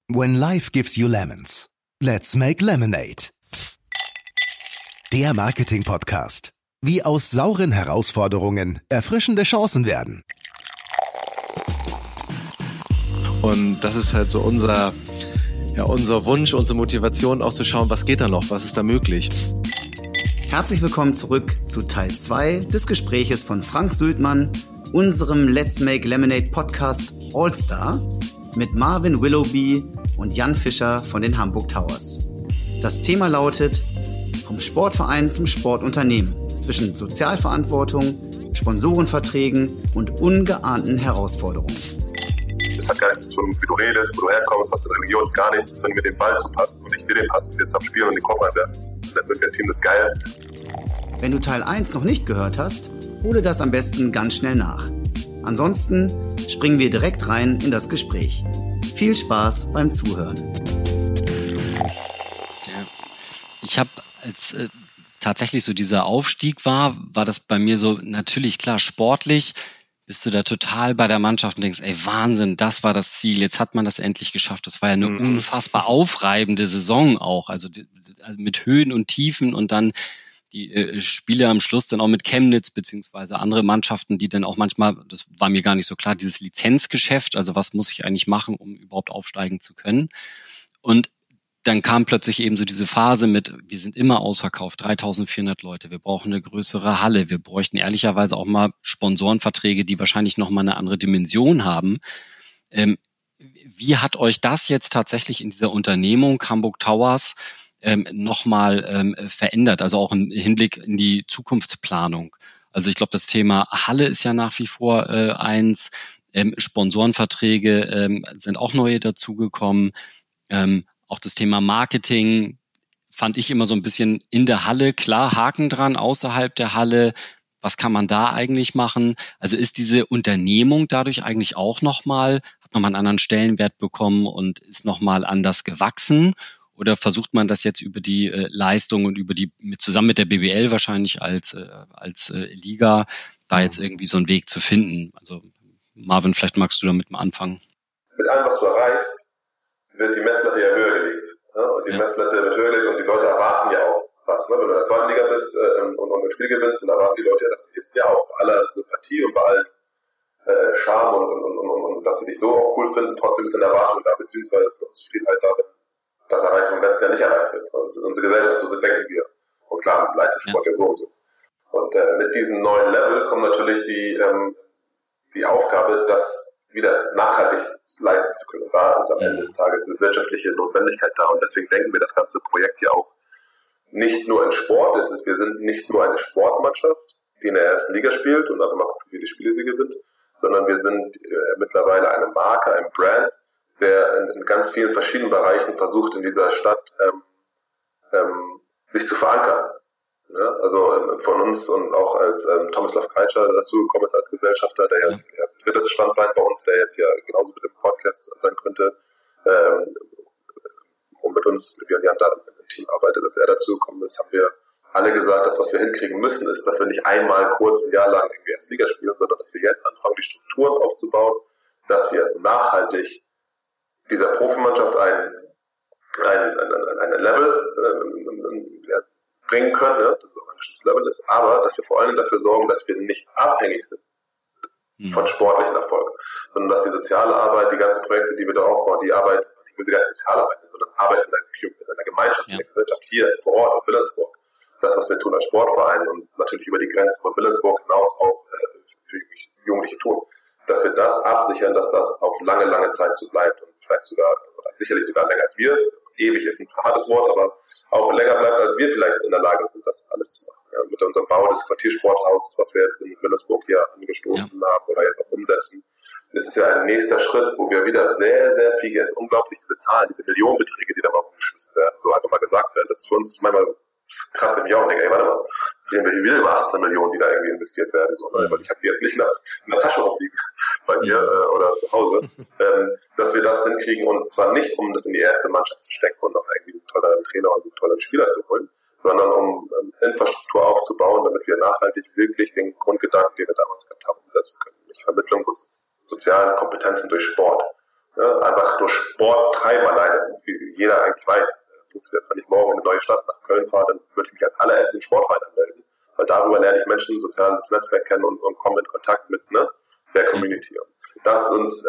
When life gives you lemons, let's make lemonade. Der Marketing-Podcast. Wie aus sauren Herausforderungen erfrischende Chancen werden. Und das ist halt so unser Wunsch, unsere Motivation, auch zu schauen, was geht da noch, was ist da möglich. Herzlich willkommen zurück zu Teil 2 des Gespräches von Frank Sültmann, unserem Let's Make Lemonade Podcast All-Star mit Marvin Willoughby und Jan Fischer von den Hamburg Towers. Das Thema lautet: Vom Sportverein zum Sportunternehmen, zwischen Sozialverantwortung, Sponsorenverträgen und ungeahnten Herausforderungen. Das hat gar nichts zu tun, wie du redest, wo du herkommst, was für Religion, gar nichts. Wenn mir den Ball zupasst und ich dir den passe und jetzt am Spiel und den Kopf reinwerfen, dann sind wir Team, das ist geil. Wenn du Teil 1 noch nicht gehört hast, hole das am besten ganz schnell nach. Ansonsten springen wir direkt rein in das Gespräch. Viel Spaß beim Zuhören. Ja, ich habe als tatsächlich so dieser Aufstieg war das bei mir so, natürlich klar sportlich, bist du da total bei der Mannschaft und denkst, ey Wahnsinn, das war das Ziel, jetzt hat man das endlich geschafft. Das war ja eine unfassbar aufreibende Saison auch, also mit Höhen und Tiefen und dann die Spiele am Schluss dann auch mit Chemnitz beziehungsweise andere Mannschaften, die dann auch manchmal, das war mir gar nicht so klar, dieses Lizenzgeschäft, also was muss ich eigentlich machen, um überhaupt aufsteigen zu können. Und dann kam plötzlich eben so diese Phase mit, wir sind immer ausverkauft, 3.400 Leute, wir brauchen eine größere Halle, wir bräuchten ehrlicherweise auch mal Sponsorenverträge, die wahrscheinlich nochmal eine andere Dimension haben. Wie hat euch das jetzt tatsächlich in dieser Unternehmung Hamburg Towers nochmal verändert, also auch im Hinblick in die Zukunftsplanung? Also ich glaube, das Thema Halle ist ja nach wie vor eins, Sponsorenverträge sind auch neue dazugekommen, auch das Thema Marketing fand ich immer so ein bisschen in der Halle, klar, Haken dran, außerhalb der Halle, was kann man da eigentlich machen? Also ist diese Unternehmung dadurch eigentlich auch hat nochmal einen anderen Stellenwert bekommen und ist nochmal anders gewachsen? Oder versucht man das jetzt über die Leistung und zusammen mit der BBL wahrscheinlich als Liga, da jetzt irgendwie so einen Weg zu finden? Also Marvin, vielleicht magst du damit mal anfangen. Mit allem, was du erreichst, wird die Messlatte ja höher gelegt. Ne? Und die Messlatte wird höher gelegt und die Leute erwarten ja auch was. Ne? Wenn du in der zweiten Liga bist und ein Spiel gewinnst, dann erwarten die Leute ja, dass du jetzt ja auch bei aller Sympathie und bei allem Charme und dass sie dich so auch cool finden, trotzdem ist eine Erwartung da, beziehungsweise ist eine Unzufriedenheit da, wenn das erreicht vom letzten Jahr nicht erreicht wird. Das ist unsere Gesellschaft, so denken wir. Und klar, Leistungssport ja so und so. Und mit diesem neuen Level kommt natürlich die Aufgabe, das wieder nachhaltig leisten zu können. Da ist am Ende des Tages eine wirtschaftliche Notwendigkeit da. Und deswegen denken wir das ganze Projekt hier auch nicht nur in Sport. Wir sind nicht nur eine Sportmannschaft, die in der ersten Liga spielt und einfach mal gucken, wie die Spiele sie gewinnt, sondern wir sind mittlerweile eine Marke, ein Brand, der in ganz vielen verschiedenen Bereichen versucht, in dieser Stadt sich zu verankern. Ja, also von uns und auch als Tomislav Krejčí dazugekommen ist als Gesellschafter, der jetzt als drittes Standbein bei uns, der jetzt hier genauso mit dem Podcast sein könnte, und mit uns, wie Jan da im Team arbeitet, dass er dazugekommen ist, haben wir alle gesagt, dass was wir hinkriegen müssen, ist, dass wir nicht einmal kurz ein Jahr lang irgendwie als Liga spielen, sondern dass wir jetzt anfangen, die Strukturen aufzubauen, dass wir nachhaltig dieser Profimannschaft ein Level bringen können, ja, das auch ein bestimmtes Level ist, aber dass wir vor allem dafür sorgen, dass wir nicht abhängig sind von sportlichen Erfolgen, sondern dass die soziale Arbeit, die ganzen Projekte, die wir da aufbauen, die Arbeit, ich will sie gar nicht sozial arbeiten, sondern Arbeit in der Gemeinschaft, in der Gesellschaft hier vor Ort in Wilhelmsburg, das, was wir tun als Sportverein und natürlich über die Grenzen von Wilhelmsburg hinaus auch für Jugendliche tun, dass wir das absichern, dass das auf lange, lange Zeit so bleibt und vielleicht sogar, oder sicherlich sogar länger als wir. Ewig ist ein hartes Wort, aber auch länger bleibt, als wir vielleicht in der Lage sind, das alles zu machen. Ja, mit unserem Bau des Quartiersporthauses, was wir jetzt in Wilhelmsburg hier angestoßen haben oder jetzt auch umsetzen, ist es ja ein nächster Schritt, wo wir wieder sehr, sehr viel, es ist unglaublich, diese Zahlen, diese Millionenbeträge, die da mal rumgeschmissen werden, so einfach mal gesagt werden. Das ist für uns manchmal kratze ich mich auch und denke, ey, warte mal, jetzt reden wir hier wieder über 18 Millionen, die da irgendwie investiert werden. So, ne? Weil ich habe die jetzt nicht in der Tasche rumliegen bei mir oder zu Hause, dass wir das hinkriegen und zwar nicht, um das in die erste Mannschaft zu stecken und noch irgendwie einen tolleren Trainer und einen tolleren Spieler zu holen, sondern um Infrastruktur aufzubauen, damit wir nachhaltig wirklich den Grundgedanken, den wir damals gehabt haben, umsetzen können. Nämlich Vermittlung sozialen Kompetenzen durch Sport. Ja, einfach nur Sport treiben alleine, wie jeder eigentlich weiß, funktioniert. Wenn ich morgen in eine neue Stadt nach Köln fahre, dann würde ich mich als allererstes in den Sportverein anmelden, weil darüber lerne ich Menschen, soziales Netzwerk kennen und komme in Kontakt mit der Community. Das ist uns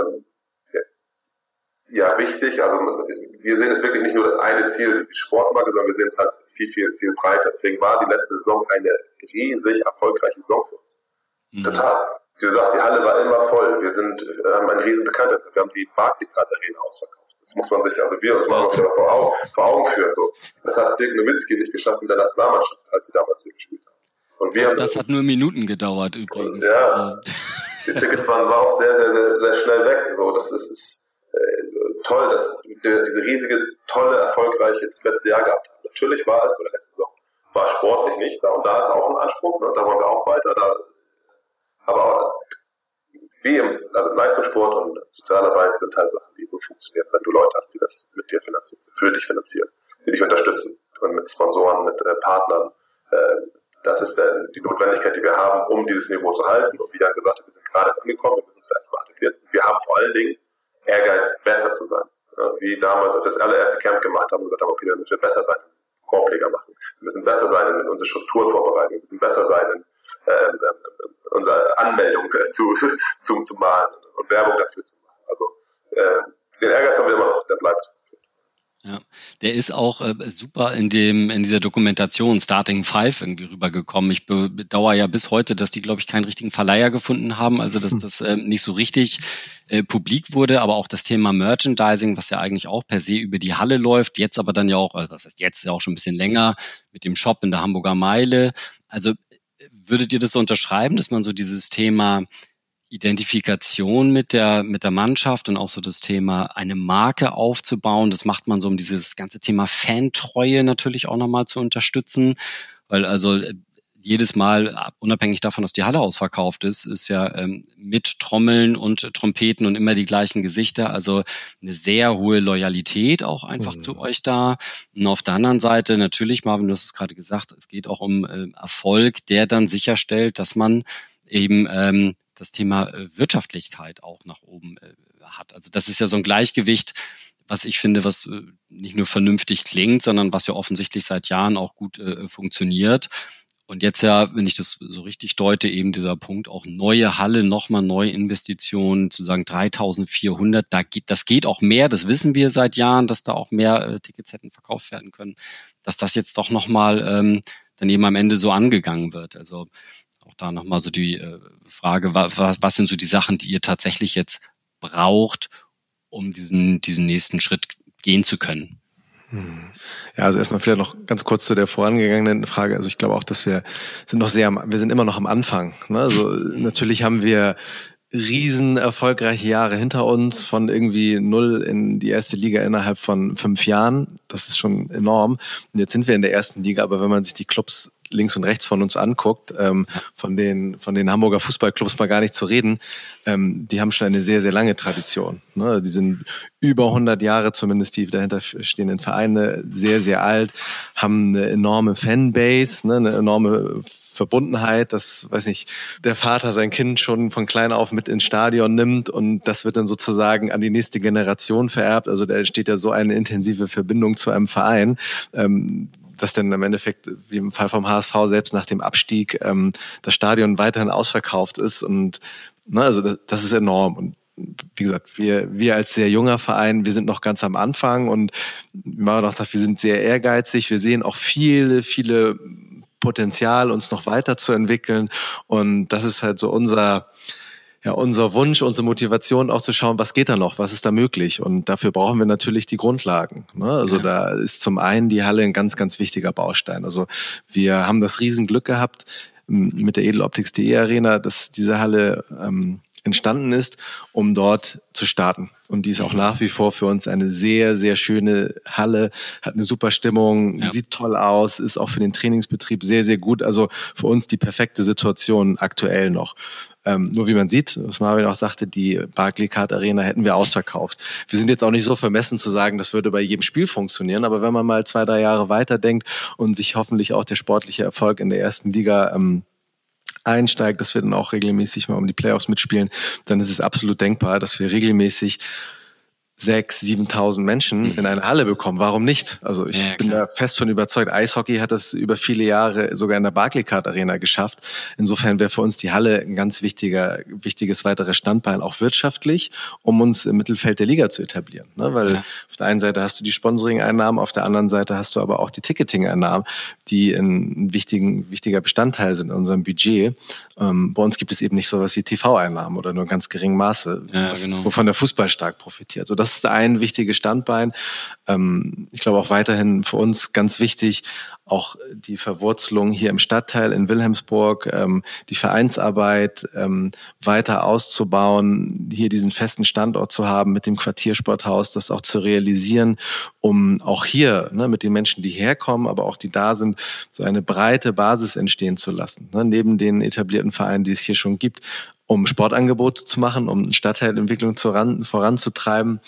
wichtig. Also wir sehen es wirklich nicht nur das eine Ziel, die Sportmarke, sondern wir sehen es halt viel, viel, viel breiter. Deswegen war die letzte Saison eine riesig erfolgreiche Saison für uns. Total. Wie du sagst, die Halle war immer voll. Wir haben einen riesen Bekanntheitsgrad. Wir haben die Barclaycard Arena ausverkauft. Das muss man sich, also wir uns mal vor Augen führen. So. Das hat Dirk Nowitzki nicht geschafft mit der Nationalmannschaft, als sie damals hier gespielt haben. Und wir haben das hat nur Minuten gedauert übrigens. Ja, also. Die Tickets waren auch sehr, sehr, sehr, sehr schnell weg. So, das ist toll, dass wir diese riesige, tolle, erfolgreiche das letzte Jahr gehabt haben. Natürlich war es, oder letzte Saison, war sportlich nicht da. Und da ist auch ein Anspruch, ne? Da wollen wir auch weiter. Aber auch, also Leistungssport und Sozialarbeit sind halt Sachen, die nur funktionieren, wenn du Leute hast, die das mit dir finanzieren, für dich finanzieren, die dich unterstützen. Und mit Sponsoren, mit Partnern. Das ist die Notwendigkeit, die wir haben, um dieses Niveau zu halten. Und wie Jan gesagt hat, wir sind gerade jetzt angekommen, wir müssen uns da erstmal attackieren. Wir haben vor allen Dingen Ehrgeiz, besser zu sein. Wie damals, als wir das allererste Camp gemacht haben und gesagt haben, okay, dann müssen wir besser sein, Korbleger machen. Wir müssen besser sein in unsere Strukturen vorbereiten. Wir müssen besser sein in unsere Anmeldung zu malen und Werbung dafür zu machen. Also den Ehrgeiz haben wir immer noch, der bleibt. Ja, der ist auch super in dieser Dokumentation Starting Five irgendwie rübergekommen. Ich bedauere ja bis heute, dass die, glaube ich, keinen richtigen Verleiher gefunden haben, also dass das nicht so richtig publik wurde, aber auch das Thema Merchandising, was ja eigentlich auch per se über die Halle läuft, jetzt aber dann ja auch, das heißt jetzt ja auch schon ein bisschen länger mit dem Shop in der Hamburger Meile. Also würdet ihr das so unterschreiben, dass man so dieses Thema Identifikation mit der Mannschaft und auch so das Thema, eine Marke aufzubauen, das macht man so, um dieses ganze Thema Fantreue natürlich auch nochmal zu unterstützen, weil also jedes Mal, unabhängig davon, dass die Halle ausverkauft ist ja mit Trommeln und Trompeten und immer die gleichen Gesichter, also eine sehr hohe Loyalität auch einfach zu euch da. Und auf der anderen Seite natürlich, Marvin, du hast es gerade gesagt, es geht auch um Erfolg, der dann sicherstellt, dass man eben das Thema Wirtschaftlichkeit auch nach oben hat. Also das ist ja so ein Gleichgewicht, was ich finde, was nicht nur vernünftig klingt, sondern was ja offensichtlich seit Jahren auch gut funktioniert. Und jetzt ja, wenn ich das so richtig deute, eben dieser Punkt, auch neue Halle, nochmal neue Investitionen, zu sagen 3.400, das geht auch mehr, das wissen wir seit Jahren, dass da auch mehr Tickets hätten verkauft werden können, dass das jetzt doch nochmal dann eben am Ende so angegangen wird. Also auch da nochmal so die Frage, was sind so die Sachen, die ihr tatsächlich jetzt braucht, um diesen nächsten Schritt gehen zu können? Ja, also erstmal vielleicht noch ganz kurz zu der vorangegangenen Frage. Also ich glaube auch, dass wir sind immer noch am Anfang. Ne? Also natürlich haben wir riesen erfolgreiche Jahre hinter uns, von irgendwie 0 in die erste Liga innerhalb von 5 Jahren. Das ist schon enorm. Und jetzt sind wir in der ersten Liga, aber wenn man sich die Clubs links und rechts von uns anguckt, von den Hamburger Fußballclubs mal gar nicht zu reden, die haben schon eine sehr, sehr lange Tradition. Ne? Die sind über 100 Jahre, zumindest die dahinter stehenden Vereine, sehr, sehr alt, haben eine enorme Fanbase, ne? Eine enorme Verbundenheit, dass, weiß nicht, der Vater sein Kind schon von klein auf mit ins Stadion nimmt und das wird dann sozusagen an die nächste Generation vererbt. Also da entsteht ja so eine intensive Verbindung zu einem Verein, dass dann im Endeffekt, wie im Fall vom HSV, selbst nach dem Abstieg das Stadion weiterhin ausverkauft ist. Und also das ist enorm. Und wie gesagt, wir als sehr junger Verein, wir sind noch ganz am Anfang und wie man auch sagt, wir sind sehr ehrgeizig. Wir sehen auch viele Potenzial, uns noch weiterzuentwickeln. Und das ist halt so unser Wunsch, unsere Motivation auch zu schauen, was geht da noch, was ist da möglich. Und dafür brauchen wir natürlich die Grundlagen. Ne? Also da ist zum einen die Halle ein ganz, ganz wichtiger Baustein. Also wir haben das Riesenglück gehabt mit der Edeloptics.de Arena, dass diese Halle entstanden ist, um dort zu starten. Und die ist auch nach wie vor für uns eine sehr, sehr schöne Halle, hat eine super Stimmung, sieht toll aus, ist auch für den Trainingsbetrieb sehr, sehr gut. Also für uns die perfekte Situation aktuell noch. Nur wie man sieht, was Marvin auch sagte, die Barclaycard Arena hätten wir ausverkauft. Wir sind jetzt auch nicht so vermessen zu sagen, das würde bei jedem Spiel funktionieren, aber wenn man mal 2-3 Jahre weiterdenkt und sich hoffentlich auch der sportliche Erfolg in der ersten Liga einsteigt, dass wir dann auch regelmäßig mal um die Playoffs mitspielen, dann ist es absolut denkbar, dass wir regelmäßig 6.000, 7.000 Menschen in eine Halle bekommen. Warum nicht? Also ich bin da fest von überzeugt. Eishockey hat das über viele Jahre sogar in der Barclaycard Arena geschafft. Insofern wäre für uns die Halle ein ganz wichtiges weiteres Standbein, auch wirtschaftlich, um uns im Mittelfeld der Liga zu etablieren. Ne? Weil auf der einen Seite hast du die Sponsoring-Einnahmen, auf der anderen Seite hast du aber auch die Ticketing-Einnahmen, die ein wichtiger Bestandteil sind in unserem Budget. Bei uns gibt es eben nicht sowas wie TV-Einnahmen oder nur in ganz geringem Maße, wovon der Fußball stark profitiert. So, das ist ein wichtiges Standbein. Ich glaube auch weiterhin für uns ganz wichtig, auch die Verwurzelung hier im Stadtteil in Wilhelmsburg, die Vereinsarbeit weiter auszubauen, hier diesen festen Standort zu haben mit dem Quartiersporthaus, das auch zu realisieren, um auch hier mit den Menschen, die herkommen, aber auch die da sind, so eine breite Basis entstehen zu lassen, neben den etablierten Vereinen, die es hier schon gibt, um Sportangebote zu machen, um Stadtteilentwicklung voranzutreiben,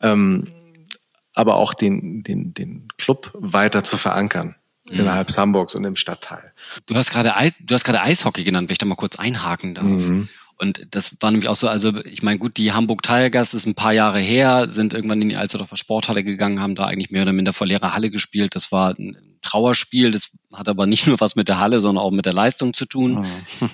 aber auch den Club weiter zu verankern innerhalb Hamburgs und im Stadtteil. Du hast gerade Eishockey genannt, wenn ich da mal kurz einhaken darf. Und das war nämlich auch so, also ich meine, gut, die Hamburg Tigers ist ein paar Jahre her, sind irgendwann in die Alsterdorfer Sporthalle gegangen, haben da eigentlich mehr oder minder vor leerer Halle gespielt. Das war ein Trauerspiel, das hat aber nicht nur was mit der Halle, sondern auch mit der Leistung zu tun.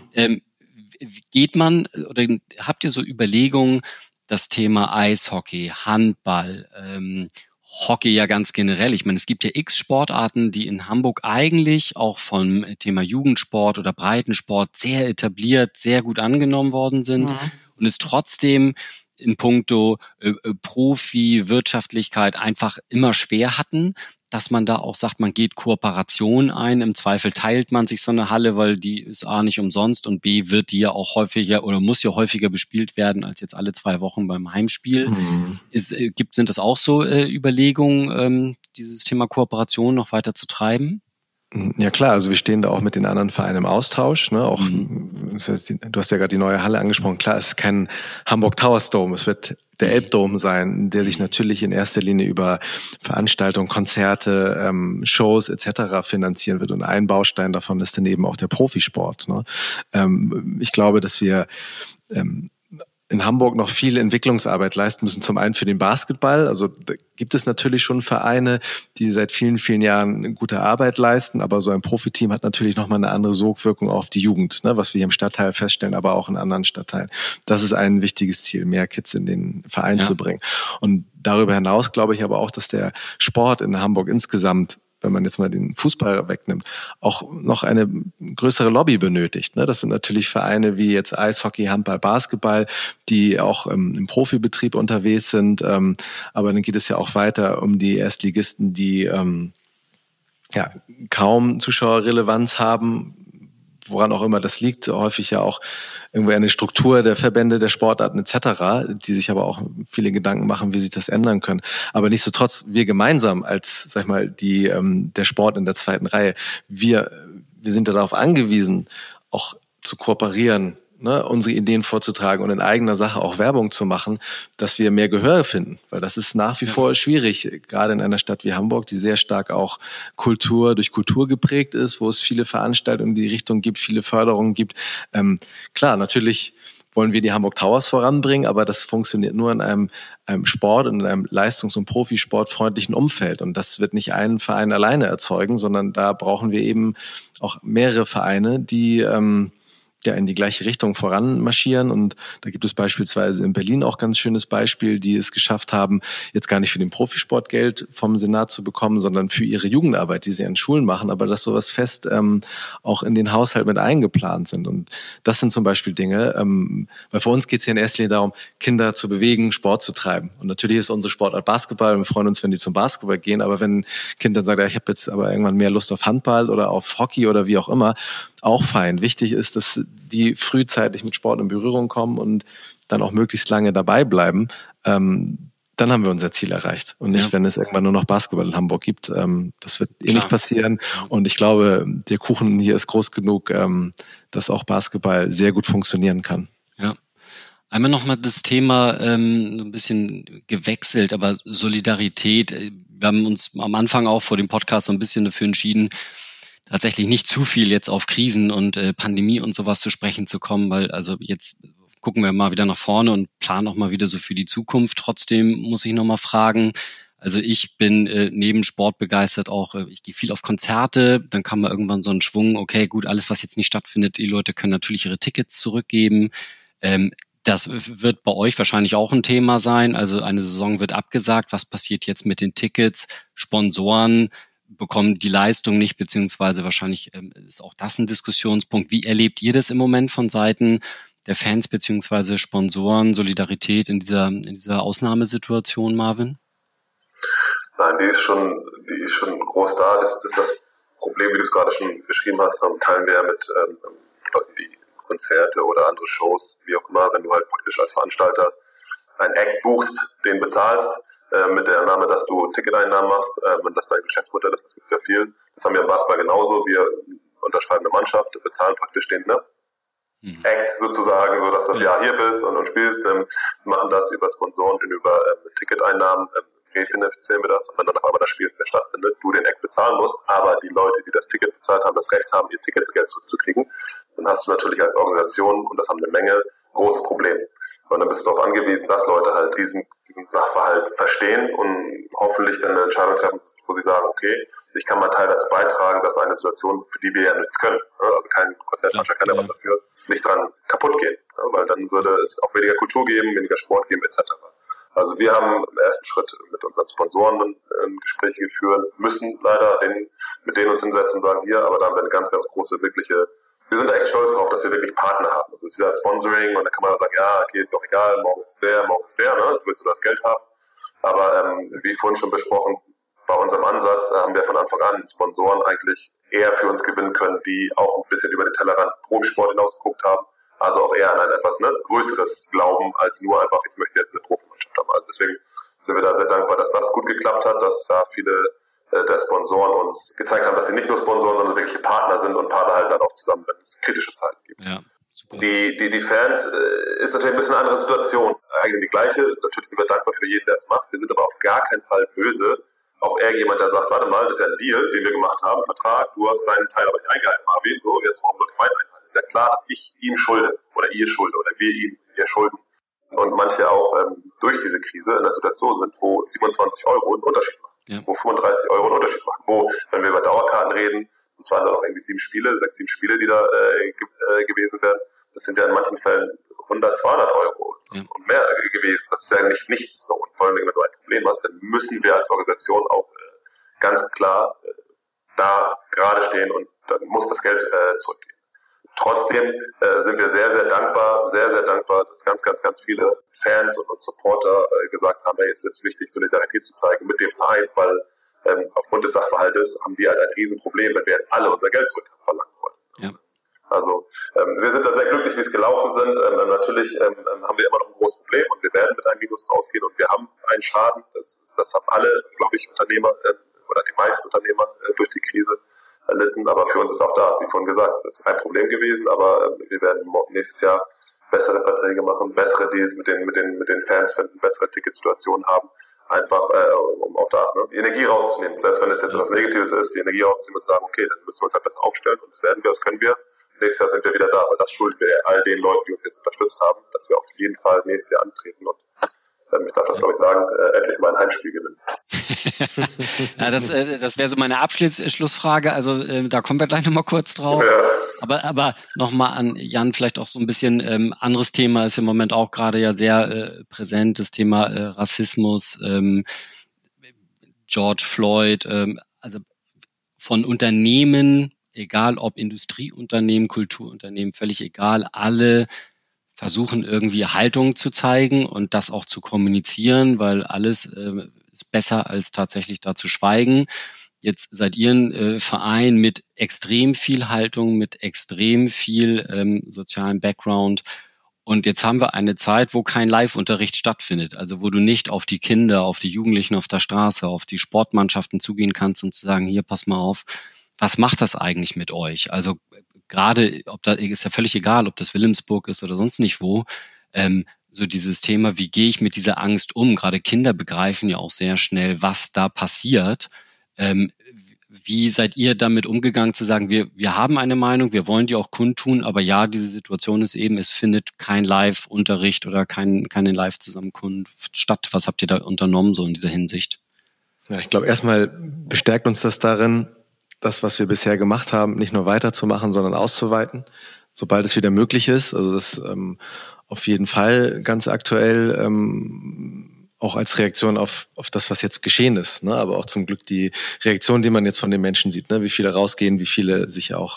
Geht man oder habt ihr so Überlegungen, das Thema Eishockey, Handball, Hockey ja ganz generell? Ich meine, es gibt ja x Sportarten, die in Hamburg eigentlich auch vom Thema Jugendsport oder Breitensport sehr etabliert, sehr gut angenommen worden sind und es trotzdem in puncto Profi, Wirtschaftlichkeit einfach immer schwer hatten, dass man da auch sagt, man geht Kooperation ein. Im Zweifel teilt man sich so eine Halle, weil die ist A nicht umsonst und B wird die ja auch häufiger oder muss ja häufiger bespielt werden als jetzt alle 2 Wochen beim Heimspiel. Sind das auch so Überlegungen, dieses Thema Kooperation noch weiter zu treiben? Ja klar, also wir stehen da auch mit den anderen Vereinen im Austausch. Ne? Auch, das heißt, du hast ja gerade die neue Halle angesprochen. Klar, es ist kein Hamburg Towers Dome, es wird der Elbdome sein, der sich natürlich in erster Linie über Veranstaltungen, Konzerte, Shows etc. finanzieren wird. Und ein Baustein davon ist dann eben auch der Profisport. Ne? Ich glaube, dass wir in Hamburg noch viel Entwicklungsarbeit leisten müssen. Zum einen für den Basketball. Also da gibt es natürlich schon Vereine, die seit vielen, vielen Jahren gute Arbeit leisten. Aber so ein Profiteam hat natürlich nochmal eine andere Sogwirkung auf die Jugend, ne, was wir hier im Stadtteil feststellen, aber auch in anderen Stadtteilen. Das ist ein wichtiges Ziel, mehr Kids in den Verein zu bringen. Und darüber hinaus glaube ich aber auch, dass der Sport in Hamburg insgesamt, wenn man jetzt mal den Fußball wegnimmt, auch noch eine größere Lobby benötigt. Das sind natürlich Vereine wie jetzt Eishockey, Handball, Basketball, die auch im Profibetrieb unterwegs sind. Aber dann geht es ja auch weiter um die Erstligisten, die kaum Zuschauerrelevanz haben, woran auch immer das liegt, häufig ja auch irgendwie eine Struktur der Verbände, der Sportarten etc., die sich aber auch viele Gedanken machen, wie sich das ändern können. Aber nichtsdestotrotz, wir gemeinsam als, sag ich mal, der Sport in der zweiten Reihe, wir sind darauf angewiesen, auch zu kooperieren, ne, unsere Ideen vorzutragen und in eigener Sache auch Werbung zu machen, dass wir mehr Gehör finden. Weil das ist nach wie vor schwierig, gerade in einer Stadt wie Hamburg, die sehr stark auch durch Kultur geprägt ist, wo es viele Veranstaltungen in die Richtung gibt, viele Förderungen gibt. Klar, natürlich wollen wir die Hamburg Towers voranbringen, aber das funktioniert nur in einem Sport, in einem Leistungs- und Profisportfreundlichen Umfeld. Und das wird nicht einen Verein alleine erzeugen, sondern da brauchen wir eben auch mehrere Vereine, die in die gleiche Richtung voranmarschieren. Und da gibt es beispielsweise in Berlin auch ganz schönes Beispiel, die es geschafft haben, jetzt gar nicht für den Profisport Geld vom Senat zu bekommen, sondern für ihre Jugendarbeit, die sie an Schulen machen, aber dass sowas fest auch in den Haushalt mit eingeplant sind. Und das sind zum Beispiel Dinge, weil für uns geht es ja in erster Linie darum, Kinder zu bewegen, Sport zu treiben. Und natürlich ist unsere Sportart Basketball. Wir freuen uns, wenn die zum Basketball gehen. Aber wenn ein Kind dann sagt, ja, ich habe jetzt aber irgendwann mehr Lust auf Handball oder auf Hockey oder wie auch immer, auch fein. Wichtig ist, dass die frühzeitig mit Sport in Berührung kommen und dann auch möglichst lange dabei bleiben. Dann haben wir unser Ziel erreicht. Und nicht, wenn es irgendwann nur noch Basketball in Hamburg gibt. Das wird nicht passieren. Und ich glaube, der Kuchen hier ist groß genug, dass auch Basketball sehr gut funktionieren kann. Ja. Einmal nochmal das Thema so ein bisschen gewechselt, aber Solidarität. Wir haben uns am Anfang auch vor dem Podcast so ein bisschen dafür entschieden, tatsächlich nicht zu viel jetzt auf Krisen und Pandemie und sowas zu sprechen zu kommen, weil also jetzt gucken wir mal wieder nach vorne und planen auch mal wieder so für die Zukunft. Trotzdem muss ich nochmal fragen, also ich bin neben Sport begeistert auch, ich gehe viel auf Konzerte, dann kam mal irgendwann so ein Schwung, okay, gut, alles, was jetzt nicht stattfindet, die Leute können natürlich ihre Tickets zurückgeben. Das wird bei euch wahrscheinlich auch ein Thema sein. Also eine Saison wird abgesagt. Was passiert jetzt mit den Tickets? Sponsoren bekommen die Leistung nicht, beziehungsweise wahrscheinlich ist auch das ein Diskussionspunkt. Wie erlebt ihr das im Moment von Seiten der Fans beziehungsweise Sponsoren, Solidarität in dieser Ausnahmesituation, Marvin? Nein, die ist schon groß da. Das ist das Problem, wie du es gerade schon beschrieben hast, teilen wir ja mit Leuten, die Konzerte oder andere Shows, wie auch immer, wenn du halt praktisch als Veranstalter einen Act buchst, den bezahlst, mit der Annahme, dass du Ticketeinnahmen machst, wenn das dein Geschäftsmodell ist, das gibt es ja viel. Das haben wir im Basketball genauso. Wir unterschreiben eine Mannschaft, bezahlen praktisch den Act sozusagen, so dass du das Jahr hier bist und spielst, machen das über Sponsoren und über Ticketeinnahmen, refinanzieren wir das, und wenn dann auf einmal das Spiel stattfindet, du den Act bezahlen musst, aber die Leute, die das Ticket bezahlt haben, das Recht haben, ihr Ticketsgeld zurückzukriegen, dann hast du natürlich als Organisation, und das haben eine Menge, große Probleme. Und dann bist du darauf angewiesen, dass Leute halt diesen Sachverhalt verstehen und hoffentlich dann eine Entscheidung treffen, wo sie sagen, okay, ich kann mal Teil dazu beitragen, dass eine Situation, für die wir ja nichts können, also kein Konzertveranstalter kann ja was dafür, nicht dran kaputt gehen, weil dann würde es auch weniger Kultur geben, weniger Sport geben etc. Also wir haben im ersten Schritt mit unseren Sponsoren Gespräche geführt, müssen leider mit denen uns hinsetzen und sagen, hier, aber da haben wir eine ganz, ganz große, wirkliche, wir sind da echt stolz drauf, dass wir wirklich Partner haben. Also es ist ja Sponsoring und da kann man auch sagen, ja, okay, ist doch egal, morgen ist der, ne? Du willst nur das Geld haben. Aber wie vorhin schon besprochen, bei unserem Ansatz haben wir von Anfang an Sponsoren eigentlich eher für uns gewinnen können, die auch ein bisschen über den Tellerrand Profisport hinaus geguckt haben. Also auch eher an ein etwas größeres Glauben, als nur einfach, ich möchte jetzt eine Profimannschaft haben. Also deswegen sind wir da sehr dankbar, dass das gut geklappt hat, dass da viele der Sponsoren uns gezeigt haben, dass sie nicht nur Sponsoren, sondern wirkliche Partner sind und Partner halten dann auch zusammen, wenn es kritische Zeiten gibt. Ja, super. Die Fans ist natürlich ein bisschen eine andere Situation. Eigentlich die gleiche. Natürlich sind wir dankbar für jeden, der es macht. Wir sind aber auf gar keinen Fall böse auf irgendjemand, der sagt, warte mal, das ist ja ein Deal, den wir gemacht haben, Vertrag, du hast deinen Teil aber nicht eingehalten, Marvin, so, jetzt warum soll ich meinen einhalten? Ist ja klar, dass ich ihm schulde oder ihr schulde oder wir ihm ihr schulden. Und manche auch durch diese Krise in der Situation sind, wo 27 Euro einen Unterschied machen, wo 35 Euro einen Unterschied machen, wo, wenn wir über Dauerkarten reden, und zwar dann auch irgendwie 6, 7 Spiele, die da gewesen wären, das sind ja in manchen Fällen 100, 200 Euro und mehr gewesen. Das ist ja nichts. So. Und vor allem, wenn du ein Problem hast, dann müssen wir als Organisation auch ganz klar da gerade stehen und dann muss das Geld zurückgehen. Trotzdem sind wir sehr, sehr dankbar, dass ganz, ganz, ganz viele Fans und Supporter gesagt haben, hey, es ist jetzt wichtig, Solidarität zu zeigen mit dem Verein, weil aufgrund des Sachverhaltes haben wir halt ein Riesenproblem, wenn wir jetzt alle unser Geld zurückverlangen wollen. Ja. Also wir sind da sehr glücklich, wie es gelaufen sind. Natürlich haben wir immer noch ein großes Problem und wir werden mit einem Minus rausgehen und wir haben einen Schaden. Das haben alle, glaube ich, Unternehmer oder die meisten Unternehmer durch die Krise erlitten. Aber für uns ist auch da, wie vorhin gesagt, das ist ein Problem gewesen, aber wir werden nächstes Jahr bessere Verträge machen, bessere Deals mit den Fans finden, bessere Ticketsituationen haben. Einfach, um auch da die Energie rauszunehmen. Selbst wenn es jetzt etwas Negatives ist, die Energie rauszunehmen und sagen, okay, dann müssen wir uns halt besser aufstellen und das werden wir, das können wir. Nächstes Jahr sind wir wieder da, weil das schulden wir all den Leuten, die uns jetzt unterstützt haben, dass wir auf jeden Fall nächstes Jahr antreten und ich darf das, glaube ich, sagen, endlich mal ein Heimspiel gewinnen. Ja, das wäre so meine Abschlussfrage, also da kommen wir gleich nochmal kurz drauf. Ja. Aber nochmal an Jan, vielleicht auch so ein bisschen anderes Thema, ist im Moment auch gerade ja sehr präsent, das Thema Rassismus, George Floyd, also von Unternehmen, egal ob Industrieunternehmen, Kulturunternehmen, völlig egal, alle versuchen irgendwie Haltung zu zeigen und das auch zu kommunizieren, weil alles ist besser als tatsächlich da zu schweigen. Jetzt seid ihr ein Verein mit extrem viel Haltung, mit extrem viel sozialem Background. Und jetzt haben wir eine Zeit, wo kein Live-Unterricht stattfindet. Also wo du nicht auf die Kinder, auf die Jugendlichen auf der Straße, auf die Sportmannschaften zugehen kannst und zu sagen, hier, pass mal auf, was macht das eigentlich mit euch? Also gerade, ist ja völlig egal, ob das Wilhelmsburg ist oder sonst nicht wo, so dieses Thema, wie gehe ich mit dieser Angst um? Gerade Kinder begreifen ja auch sehr schnell, was da passiert. Wie seid ihr damit umgegangen, zu sagen, wir haben eine Meinung, wir wollen die auch kundtun, aber ja, diese Situation ist eben, es findet kein Live-Unterricht oder keine Live-Zusammenkunft statt. Was habt ihr da unternommen, so in dieser Hinsicht? Ja, ich glaube, erstmal bestärkt uns das darin, das, was wir bisher gemacht haben, nicht nur weiterzumachen, sondern auszuweiten, sobald es wieder möglich ist. Also das auf jeden Fall ganz aktuell auch als Reaktion auf das, was jetzt geschehen ist, ne? Aber auch zum Glück die Reaktion, die man jetzt von den Menschen sieht, ne? Wie viele rausgehen, wie viele sich auch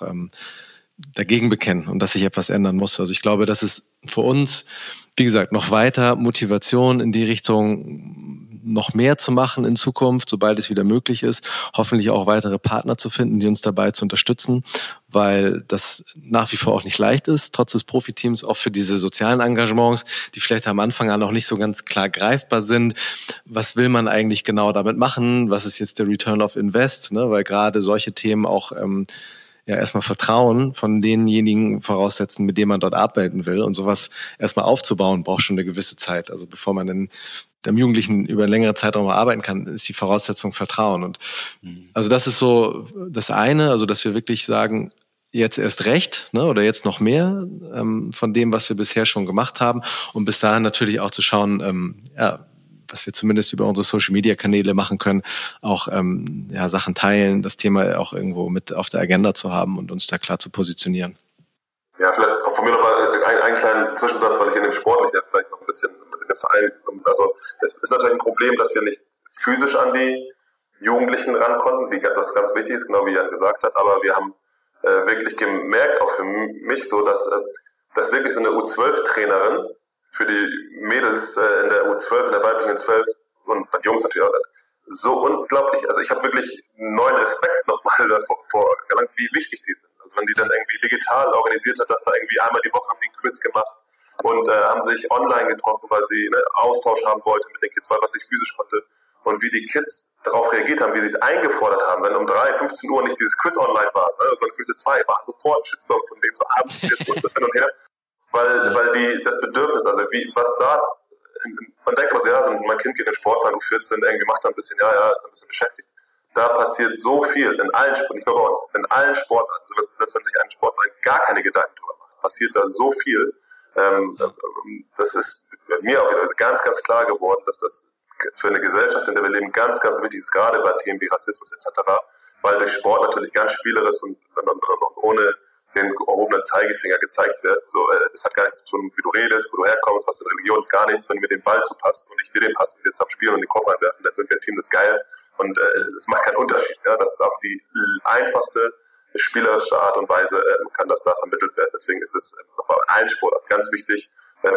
dagegen bekennen und dass sich etwas ändern muss. Also ich glaube, das ist für uns, wie gesagt, noch weiter Motivation in die Richtung, noch mehr zu machen in Zukunft, sobald es wieder möglich ist. Hoffentlich auch weitere Partner zu finden, die uns dabei zu unterstützen, weil das nach wie vor auch nicht leicht ist, trotz des Profiteams, auch für diese sozialen Engagements, die vielleicht am Anfang an noch nicht so ganz klar greifbar sind. Was will man eigentlich genau damit machen? Was ist jetzt der Return of Invest? Ne? Weil gerade solche Themen auch erstmal Vertrauen von denjenigen voraussetzen, mit denen man dort arbeiten will. Und sowas erstmal aufzubauen, braucht schon eine gewisse Zeit. Also bevor man dann dem Jugendlichen über einen längeren Zeitraum arbeiten kann, ist die Voraussetzung Vertrauen. Und also das ist so das eine, also dass wir wirklich sagen, jetzt erst recht, ne, oder jetzt noch mehr von dem, was wir bisher schon gemacht haben. Und bis dahin natürlich auch zu schauen, was wir zumindest über unsere Social-Media-Kanäle machen können, auch Sachen teilen, das Thema auch irgendwo mit auf der Agenda zu haben und uns da klar zu positionieren. Ja, vielleicht auch von mir nochmal einen kleinen Zwischensatz, weil ich in dem Sportlichen vielleicht noch ein bisschen in der Verein, also es ist natürlich ein Problem, dass wir nicht physisch an die Jugendlichen ran konnten, wie das ganz wichtig ist, genau wie Jan gesagt hat, aber wir haben wirklich gemerkt, auch für mich so, dass wirklich so eine U12-Trainerin für die Mädels in der U12, in der weiblichen U12 und bei Jungs natürlich auch so unglaublich, also ich habe wirklich neuen Respekt nochmal davor gelangt, wie wichtig die sind. Also wenn die dann irgendwie digital organisiert hat, dass da irgendwie einmal die Woche haben die ein Quiz gemacht und haben sich online getroffen, weil sie einen Austausch haben wollte mit den Kids, weil was ich physisch konnte. Und wie die Kids darauf reagiert haben, wie sie es eingefordert haben, wenn um 15 Uhr nicht dieses Quiz online war, sondern für 2 war sofort ein Shitstorm von denen, so abends, jetzt muss das hin und her. Weil die das Bedürfnis, also was da, man denkt immer so, ja, mein Kind geht in den Sportverein um 14, irgendwie macht er ein bisschen, ist ein bisschen beschäftigt. Da passiert so viel in allen Sportarten, nicht nur bei uns, in allen Sportarten, also als wenn sich ein Sportverein gar keine Gedanken drüber macht, passiert da so viel. Das ist mir auch wieder ganz, ganz klar geworden, dass das für eine Gesellschaft, in der wir leben, ganz, ganz wichtig ist, gerade bei Themen wie Rassismus etc., weil durch Sport natürlich ganz spielerisch und ohne den erhobenen Zeigefinger gezeigt wird. So, es hat gar nichts zu tun, wie du redest, wo du herkommst, was für eine Religion, gar nichts. Wenn mir den Ball zupasst und ich dir den passe und wir zusammen spielen und den Kopf reinwerfen, dann sind wir ein Team, das ist geil. Und es macht keinen Unterschied. Ja? Das ist auf die einfachste spielerische Art und Weise kann das da vermittelt werden. Deswegen ist es bei allen Sportarten ganz wichtig,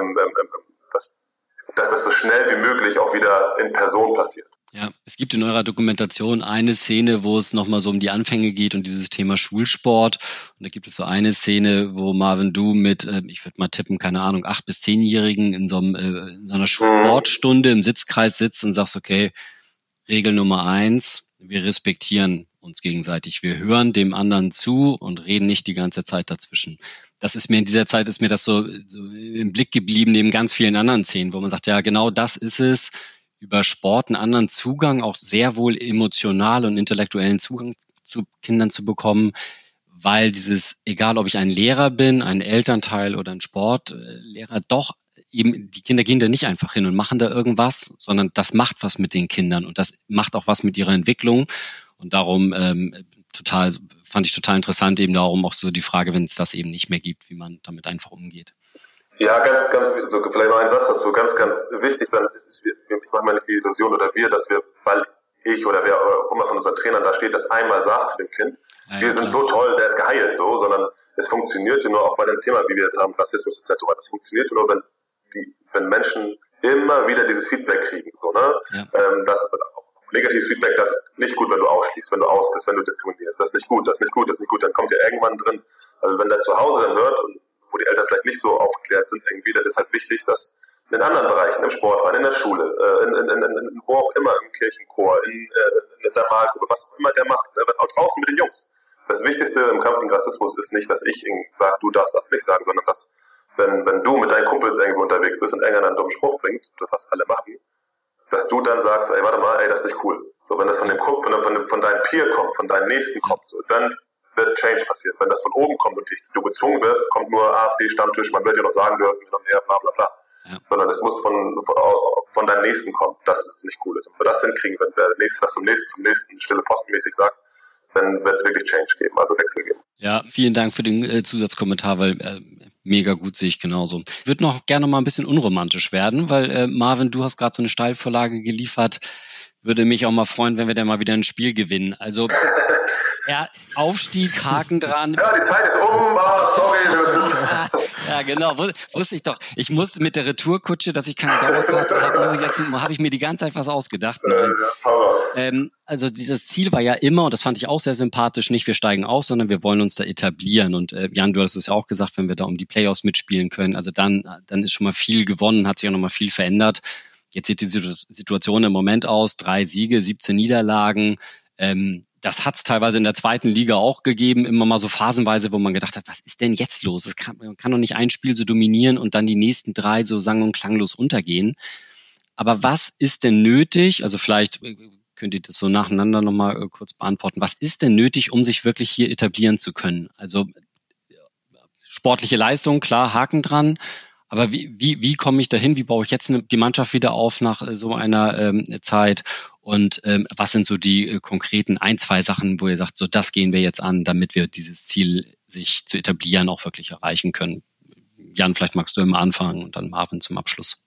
dass das so schnell wie möglich auch wieder in Person passiert. Ja, es gibt in eurer Dokumentation eine Szene, wo es nochmal so um die Anfänge geht und dieses Thema Schulsport. Und da gibt es so eine Szene, wo Marvin, du mit, ich würde mal tippen, keine Ahnung, 8- bis 10-Jährigen in so einer Sportstunde im Sitzkreis sitzt und sagst, okay, Regel Nummer 1, wir respektieren uns gegenseitig. Wir hören dem anderen zu und reden nicht die ganze Zeit dazwischen. Das ist mir in dieser Zeit, ist mir das so im Blick geblieben, neben ganz vielen anderen Szenen, wo man sagt, ja, genau das ist es, über Sport einen anderen Zugang, auch sehr wohl emotional und intellektuellen Zugang zu Kindern zu bekommen, weil dieses, egal ob ich ein Lehrer bin, ein Elternteil oder ein Sportlehrer, doch eben, die Kinder gehen da nicht einfach hin und machen da irgendwas, sondern das macht was mit den Kindern und das macht auch was mit ihrer Entwicklung. Und darum fand ich total interessant, eben darum auch so die Frage, wenn es das eben nicht mehr gibt, wie man damit einfach umgeht. Ja, ganz, ganz, so vielleicht noch ein Satz dazu, ganz, ganz wichtig, dann ist es, ich mache mir nicht die Illusion oder wir, dass wir, weil ich oder wer auch immer von unseren Trainern da steht, das einmal sagt zu dem Kind, ja, wir sind so toll, der ist geheilt, so, sondern es funktioniert nur auch bei dem Thema, wie wir jetzt haben, Rassismus etc., das funktioniert nur, wenn Menschen immer wieder dieses Feedback kriegen, so, ne, ja. Das auch negatives Feedback, das ist nicht gut, wenn du ausschließt, wenn du ausgehst, wenn du diskriminierst, das ist nicht gut, dann kommt ja irgendwann drin, also wenn der zu Hause dann hört und wo die Eltern vielleicht nicht so aufgeklärt sind irgendwie, dann ist halt wichtig, dass in anderen Bereichen, im Sportverein, in der Schule, in wo auch immer, im Kirchenchor, in der Malgruppe, was auch immer der macht, ne? Auch draußen mit den Jungs. Das Wichtigste im Kampf gegen Rassismus ist nicht, dass ich sage, du darfst das nicht sagen, sondern dass, wenn du mit deinen Kumpels irgendwo unterwegs bist und irgendeiner einen dummen Spruch bringt, was alle machen, dass du dann sagst, ey, warte mal, ey, das ist nicht cool. So, wenn das von deinem Peer kommt, von deinem Nächsten kommt, so, dann wird Change passieren. Wenn das von oben kommt und du gezwungen wirst, kommt nur AfD-Stammtisch, man wird ja noch sagen dürfen, hin und her, bla bla bla. Ja. Sondern es muss von deinem Nächsten kommen, dass es nicht cool ist. Und wenn wir das hinkriegen, wenn der Nächste das zum Nächsten stille postenmäßig sagt, dann wird es wirklich Change geben, also Wechsel geben. Ja, vielen Dank für den Zusatzkommentar, weil mega gut, sehe ich genauso. Ich würde noch gerne mal ein bisschen unromantisch werden, weil Marvin, du hast gerade so eine Steilvorlage geliefert. Würde mich auch mal freuen, wenn wir dann mal wieder ein Spiel gewinnen. Also ja, Aufstieg, Haken dran. Ja, die Zeit ist sorry. Ja, genau, wusste ich doch. Ich musste mit der Retourkutsche, dass ich keine Dauerkarte habe, habe ich mir die ganze Zeit was ausgedacht. Also dieses Ziel war ja immer, und das fand ich auch sehr sympathisch, nicht wir steigen aus, sondern wir wollen uns da etablieren. Und Jan, du hast es ja auch gesagt, wenn wir da um die Playoffs mitspielen können, also dann ist schon mal viel gewonnen, hat sich auch noch mal viel verändert. Jetzt sieht die Situation im Moment aus, 3 Siege, 17 Niederlagen. Das hat es teilweise in der zweiten Liga auch gegeben, immer mal so phasenweise, wo man gedacht hat, was ist denn jetzt los? Man kann doch nicht ein Spiel so dominieren und dann die nächsten 3 so sang- und klanglos untergehen. Aber was ist denn nötig? Also vielleicht könnt ihr das so nacheinander nochmal kurz beantworten. Was ist denn nötig, um sich wirklich hier etablieren zu können? Also sportliche Leistung, klar, Haken dran. Aber wie komme ich dahin? Wie baue ich jetzt die Mannschaft wieder auf nach so einer Zeit? Und was sind so die konkreten 1-2 Sachen, wo ihr sagt, so das gehen wir jetzt an, damit wir dieses Ziel, sich zu etablieren, auch wirklich erreichen können? Jan, vielleicht magst du immer anfangen und dann Marvin zum Abschluss.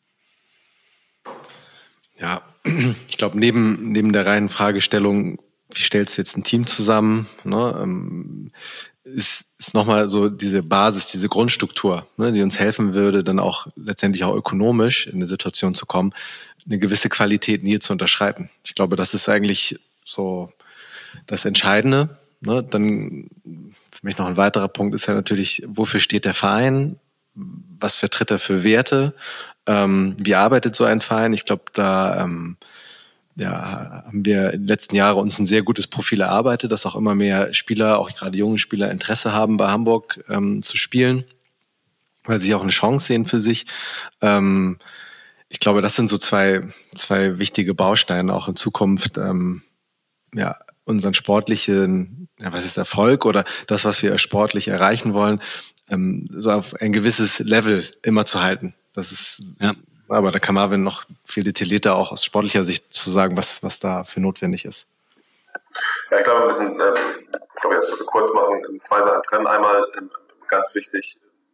Ja, ich glaube, neben der reinen Fragestellung, wie stellst du jetzt ein Team zusammen, ne, ist nochmal so diese Basis, diese Grundstruktur, ne, die uns helfen würde, dann auch letztendlich auch ökonomisch in eine Situation zu kommen, eine gewisse Qualität nie zu unterschreiten. Ich glaube, das ist eigentlich so das Entscheidende. Ne? Dann für mich noch ein weiterer Punkt ist ja natürlich, wofür steht der Verein? Was vertritt er für Werte? Wie arbeitet so ein Verein? Ich glaube, da haben wir in den letzten Jahren uns ein sehr gutes Profil erarbeitet, dass auch immer mehr Spieler, auch gerade junge Spieler, Interesse haben, bei Hamburg zu spielen, weil sie auch eine Chance sehen für sich. Ich glaube, das sind so zwei wichtige Bausteine auch in Zukunft, unseren sportlichen, was ist Erfolg oder das, was wir sportlich erreichen wollen, so auf ein gewisses Level immer zu halten. Das ist, ja. Aber da kann Marvin noch viel detaillierter auch aus sportlicher Sicht zu sagen, was dafür notwendig ist. Ja, ich glaube, wir müssen, jetzt muss ich kurz machen, 2 Sachen trennen. Einmal ganz wichtig,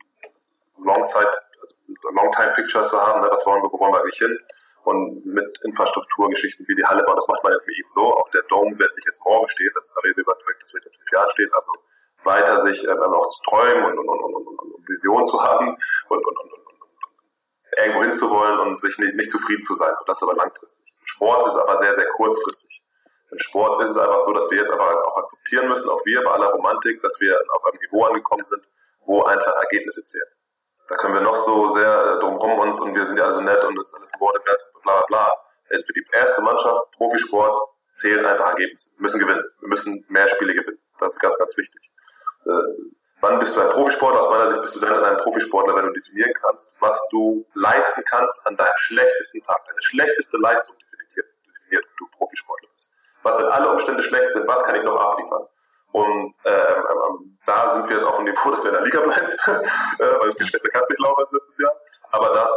Long-Time-Picture zu haben, ne? Was wollen wir, wo wollen wir eigentlich hin? Und mit Infrastrukturgeschichten wie die Halle bauen, das macht man ja eben so. Auch der Dome wird nicht jetzt morgen stehen, das reden wir über ein Projekt, das wird in 5 Jahren stehen. Also weiter sich auch zu träumen und Vision zu haben und irgendwo hinzuwollen und sich nicht zufrieden zu sein. Und das aber langfristig. Sport ist aber sehr, sehr kurzfristig. Im Sport ist es einfach so, dass wir jetzt einfach auch akzeptieren müssen, auch wir bei aller Romantik, dass wir auf einem Niveau angekommen sind, wo einfach Ergebnisse zählen. Da können wir noch so sehr drumherum uns und wir sind ja also nett und das ist alles Worte, bla bla bla. Für die erste Mannschaft, Profisport, zählen einfach Ergebnisse. Wir müssen gewinnen. Wir müssen mehr Spiele gewinnen. Das ist ganz, ganz wichtig. Wann bist du ein Profisportler? Aus meiner Sicht bist du dann ein Profisportler, wenn du definieren kannst, was du leisten kannst an deinem schlechtesten Tag. Deine schlechteste Leistung definiert, wenn du Profisportler bist. Was, wenn alle Umstände schlecht sind, was kann ich noch abliefern? Und da sind wir jetzt auf dem Niveau, dass wir in der Liga bleiben, weil viel schlechter kann es nicht laufen als letztes Jahr. Aber da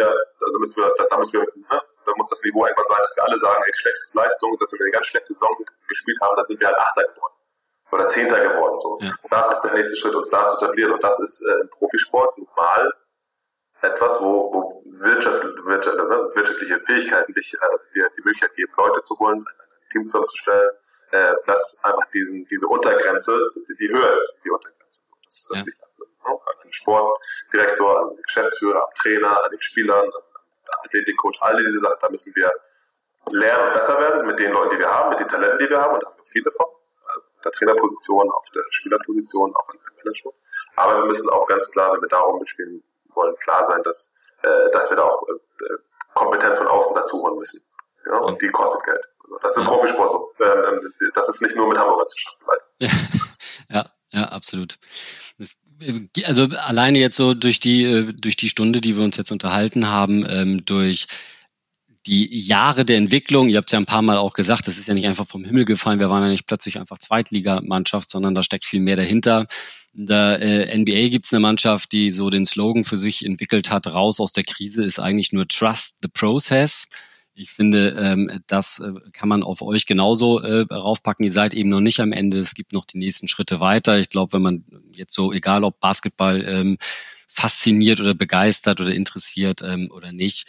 muss das Niveau irgendwann sein, dass wir alle sagen, ey, schlechteste Leistung, dass wir eine ganz schlechte Saison gespielt haben, dann sind wir halt 8. geworden. Oder 10. geworden. So. Ja. Das ist der nächste Schritt, uns da zu etablieren. Und das ist im Profisport normal etwas, wo wirtschaftliche Fähigkeiten dir die Möglichkeit geben, Leute zu holen, ein Team zusammenzustellen, dass einfach diese Untergrenze, die höher ist, die Untergrenze. Das liegt an den Sportdirektor, an den Geschäftsführer, am Trainer, an den Spielern, am Athletikcoach, all diese Sachen, da müssen wir lernen und besser werden mit den Leuten, die wir haben, mit den Talenten, die wir haben, und da haben wir viele von. Auf der Trainerposition, auf der Spielerposition, auch im Management. Aber wir müssen auch ganz klar, wenn wir darum mitspielen wollen, klar sein, dass wir da auch Kompetenz von außen dazu holen müssen. Ja? Und die kostet Geld. Das ist im Profisport so. Das ist nicht nur mit Hamburger zu schaffen. Ja, absolut. Also alleine jetzt so durch die Stunde, die wir uns jetzt unterhalten haben, durch die Jahre der Entwicklung, ihr habt es ja ein paar Mal auch gesagt, das ist ja nicht einfach vom Himmel gefallen, wir waren ja nicht plötzlich einfach Zweitligamannschaft, sondern da steckt viel mehr dahinter. In der NBA gibt es eine Mannschaft, die so den Slogan für sich entwickelt hat, raus aus der Krise ist eigentlich nur Trust the Process. Ich finde, das kann man auf euch genauso raufpacken. Ihr seid eben noch nicht am Ende, es gibt noch die nächsten Schritte weiter. Ich glaube, wenn man jetzt so, egal ob Basketball fasziniert oder begeistert oder interessiert oder nicht,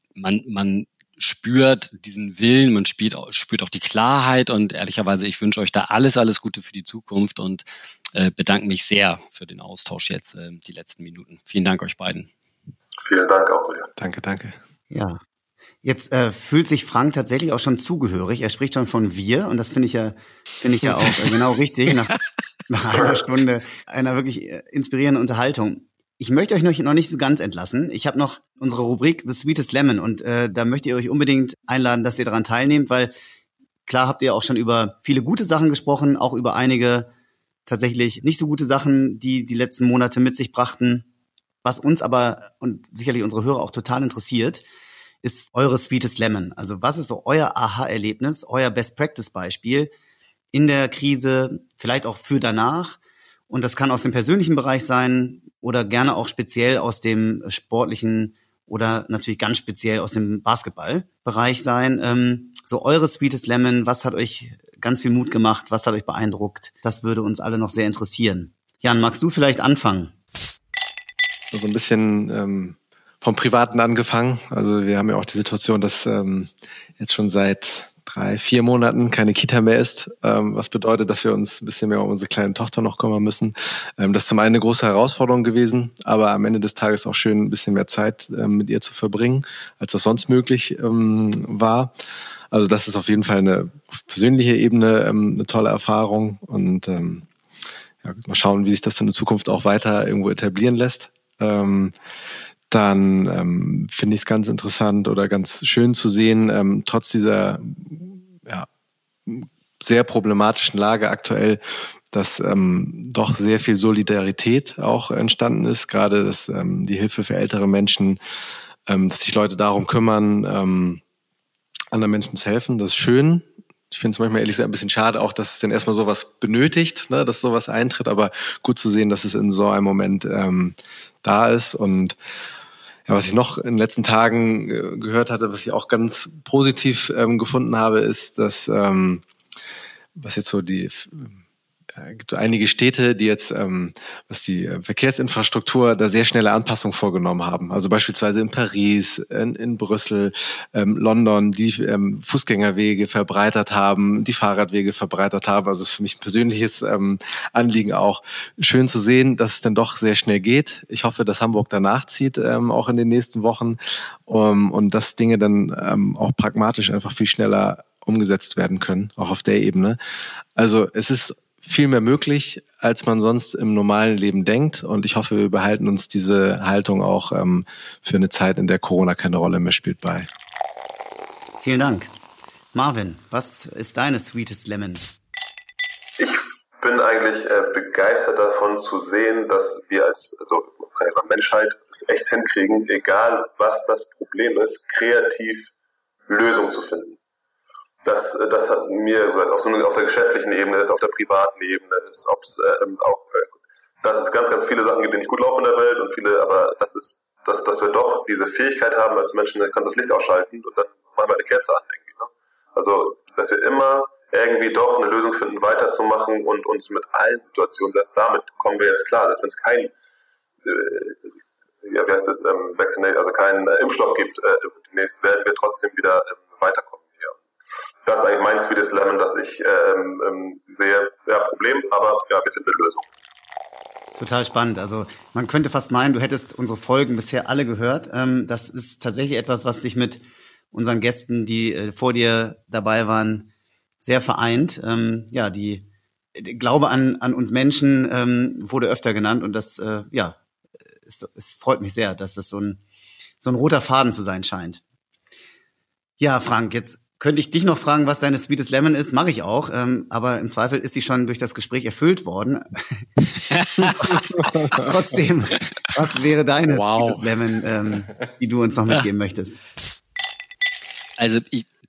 man spürt diesen Willen, man spürt auch die Klarheit und ehrlicherweise, ich wünsche euch da alles Gute für die Zukunft und bedanke mich sehr für den Austausch jetzt, die letzten Minuten. Vielen Dank euch beiden. Vielen Dank auch, Julian. Danke. Ja. Jetzt fühlt sich Frank tatsächlich auch schon zugehörig. Er spricht schon von wir und das finde ich ja auch genau richtig nach einer Stunde einer wirklich inspirierenden Unterhaltung. Ich möchte euch noch nicht so ganz entlassen. Ich habe noch unsere Rubrik The Sweetest Lemon und da möchte ich euch unbedingt einladen, dass ihr daran teilnehmt, weil klar habt ihr auch schon über viele gute Sachen gesprochen, auch über einige tatsächlich nicht so gute Sachen, die letzten Monate mit sich brachten. Was uns aber und sicherlich unsere Hörer auch total interessiert, ist eure Sweetest Lemon. Also was ist so euer Aha-Erlebnis, euer Best-Practice-Beispiel in der Krise, vielleicht auch für danach? Und das kann aus dem persönlichen Bereich sein oder gerne auch speziell aus dem sportlichen oder natürlich ganz speziell aus dem Basketballbereich sein. So eure Sweetest Lemon, was hat euch ganz viel Mut gemacht, was hat euch beeindruckt? Das würde uns alle noch sehr interessieren. Jan, magst du vielleicht anfangen? So ein bisschen vom Privaten angefangen. Also wir haben ja auch die Situation, dass jetzt schon seit 3-4 Monaten keine Kita mehr ist, was bedeutet, dass wir uns ein bisschen mehr um unsere kleine Tochter noch kümmern müssen. Das ist zum einen eine große Herausforderung gewesen, aber am Ende des Tages auch schön, ein bisschen mehr Zeit mit ihr zu verbringen, als das sonst möglich war. Also das ist auf jeden Fall auf persönlicher Ebene eine tolle Erfahrung und mal schauen, wie sich das dann in Zukunft auch weiter irgendwo etablieren lässt. Dann finde ich es ganz interessant oder ganz schön zu sehen, trotz dieser sehr problematischen Lage aktuell, dass doch sehr viel Solidarität auch entstanden ist, gerade dass die Hilfe für ältere Menschen, dass sich Leute darum kümmern, anderen Menschen zu helfen. Das ist schön. Ich finde es manchmal ehrlich gesagt ein bisschen schade, auch dass es dann erstmal sowas benötigt, ne, dass sowas eintritt, aber gut zu sehen, dass es in so einem Moment da ist. Und ja, was ich noch in den letzten Tagen gehört hatte, was ich auch ganz positiv gefunden habe, ist, dass was jetzt so gibt so einige Städte, die jetzt, was die Verkehrsinfrastruktur, da sehr schnelle Anpassungen vorgenommen haben. Also beispielsweise in Paris, in Brüssel, London, die Fußgängerwege verbreitert haben, die Fahrradwege verbreitert haben. Also es ist für mich ein persönliches Anliegen auch schön zu sehen, dass es dann doch sehr schnell geht. Ich hoffe, dass Hamburg danach zieht, auch in den nächsten Wochen, und dass Dinge dann auch pragmatisch einfach viel schneller umgesetzt werden können, auch auf der Ebene. Also es ist viel mehr möglich, als man sonst im normalen Leben denkt. Und ich hoffe, wir behalten uns diese Haltung auch für eine Zeit, in der Corona keine Rolle mehr spielt, bei. Vielen Dank. Marvin, was ist deine Sweetest Lemon? Ich bin eigentlich begeistert davon zu sehen, dass wir als Menschheit es echt hinkriegen, egal was das Problem ist, kreativ Lösungen zu finden. Das hat mir gesagt, auf der geschäftlichen Ebene ist, auf der privaten Ebene ist, dass es ganz, ganz viele Sachen gibt, die nicht gut laufen in der Welt und aber dass wir doch diese Fähigkeit haben als Menschen, dann kannst du das Licht ausschalten und dann machen wir eine Kerze an irgendwie, ne? Also, dass wir immer irgendwie doch eine Lösung finden, weiterzumachen und uns mit allen Situationen, selbst damit kommen wir jetzt klar, dass wenn es kein keinen Impfstoff gibt, demnächst werden wir trotzdem wieder weiterkommen. Das ist eigentlich mein Sweetest Lemon, das ich sehe. Ja, Problem, aber ja, wir finden eine Lösung. Total spannend. Also man könnte fast meinen, du hättest unsere Folgen bisher alle gehört. Das ist tatsächlich etwas, was dich mit unseren Gästen, die vor dir dabei waren, sehr vereint. Die Glaube an uns Menschen wurde öfter genannt und das es freut mich sehr, dass das so ein roter Faden zu sein scheint. Ja, Frank, jetzt könnte ich dich noch fragen, was deine Sweetest Lemon ist, mache ich auch, aber im Zweifel ist sie schon durch das Gespräch erfüllt worden. Trotzdem, was wäre deine Sweetest Lemon, die du uns noch mitgeben möchtest? Also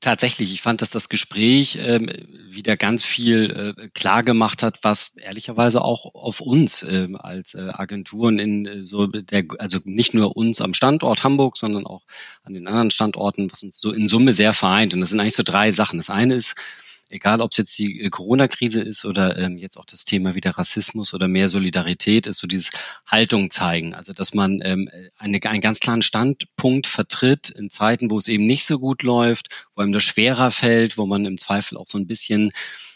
ich fand, dass das Gespräch wieder ganz viel klar gemacht hat, was ehrlicherweise auch auf uns als Agenturen also nicht nur uns am Standort Hamburg, sondern auch an den anderen Standorten, was uns so in Summe sehr vereint. Und das sind eigentlich so 3 Sachen. Das eine ist, egal ob es jetzt die Corona-Krise ist oder jetzt auch das Thema wieder Rassismus oder mehr Solidarität ist, so dieses Haltung zeigen. Also dass man einen ganz klaren Standpunkt vertritt in Zeiten, wo es eben nicht so gut läuft, wo einem das schwerer fällt, wo man im Zweifel auch so ein bisschen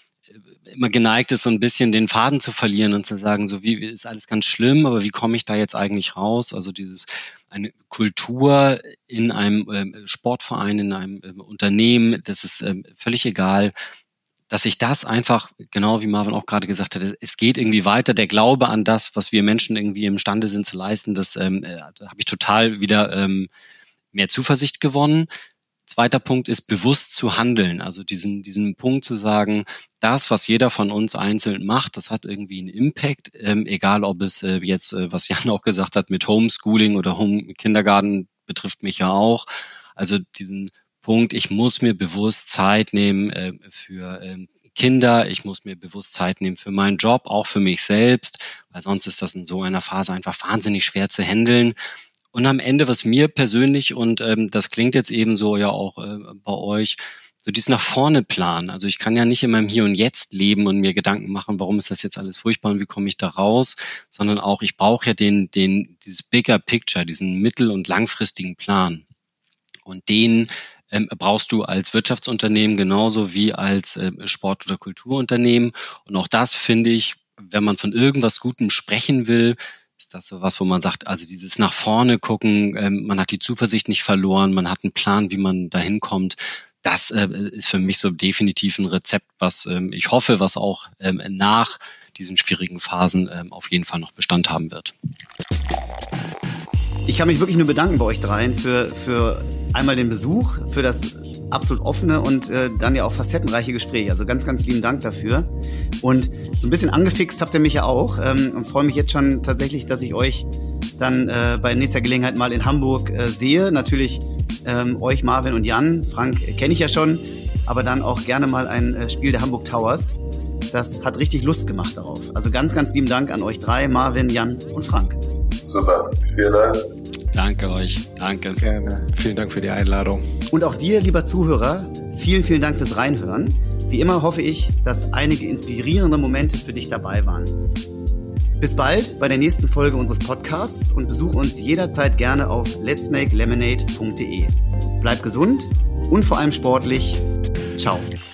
immer geneigt ist, so ein bisschen den Faden zu verlieren und zu sagen, so wie ist alles ganz schlimm, aber wie komme ich da jetzt eigentlich raus? Also eine Kultur in einem Sportverein, in einem Unternehmen, das ist völlig egal, dass ich das einfach, genau wie Marvin auch gerade gesagt hat, es geht irgendwie weiter. Der Glaube an das, was wir Menschen irgendwie imstande sind zu leisten, da habe ich total wieder mehr Zuversicht gewonnen. Zweiter Punkt ist, bewusst zu handeln. Also diesen Punkt zu sagen, das, was jeder von uns einzeln macht, das hat irgendwie einen Impact, egal ob es was Jan auch gesagt hat, mit Homeschooling oder Home-Kindergarten betrifft mich ja auch. Also diesen Punkt, ich muss mir bewusst Zeit nehmen für Kinder, ich muss mir bewusst Zeit nehmen für meinen Job, auch für mich selbst, weil sonst ist das in so einer Phase einfach wahnsinnig schwer zu handeln. Und am Ende, was mir persönlich, und das klingt jetzt eben so ja auch bei euch, so dieses nach vorne planen. Also ich kann ja nicht in meinem Hier und Jetzt leben und mir Gedanken machen, warum ist das jetzt alles furchtbar und wie komme ich da raus, sondern auch, ich brauche ja dieses Bigger Picture, diesen mittel- und langfristigen Plan. Und den brauchst du als Wirtschaftsunternehmen genauso wie als Sport- oder Kulturunternehmen. Und auch das finde ich, wenn man von irgendwas Gutem sprechen will, ist das so was, wo man sagt, also dieses nach vorne gucken, man hat die Zuversicht nicht verloren, man hat einen Plan, wie man da hinkommt. Das ist für mich so definitiv ein Rezept, was ich hoffe, was auch nach diesen schwierigen Phasen auf jeden Fall noch Bestand haben wird. Ich kann mich wirklich nur bedanken bei euch dreien für einmal den Besuch, für das absolut offene und dann ja auch facettenreiche Gespräch. Also ganz, ganz lieben Dank dafür. Und so ein bisschen angefixt habt ihr mich ja auch und freue mich jetzt schon tatsächlich, dass ich euch dann bei nächster Gelegenheit mal in Hamburg sehe. Natürlich euch, Marvin und Jan. Frank kenne ich ja schon, aber dann auch gerne mal ein Spiel der Hamburg Towers. Das hat richtig Lust gemacht darauf. Also ganz, ganz lieben Dank an euch 3, Marvin, Jan und Frank. Super, vielen Dank. Danke euch, danke. Gerne. Vielen Dank für die Einladung. Und auch dir, lieber Zuhörer, vielen, vielen Dank fürs Reinhören. Wie immer hoffe ich, dass einige inspirierende Momente für dich dabei waren. Bis bald bei der nächsten Folge unseres Podcasts und besuche uns jederzeit gerne auf letsmakelemonade.de. Bleib gesund und vor allem sportlich. Ciao.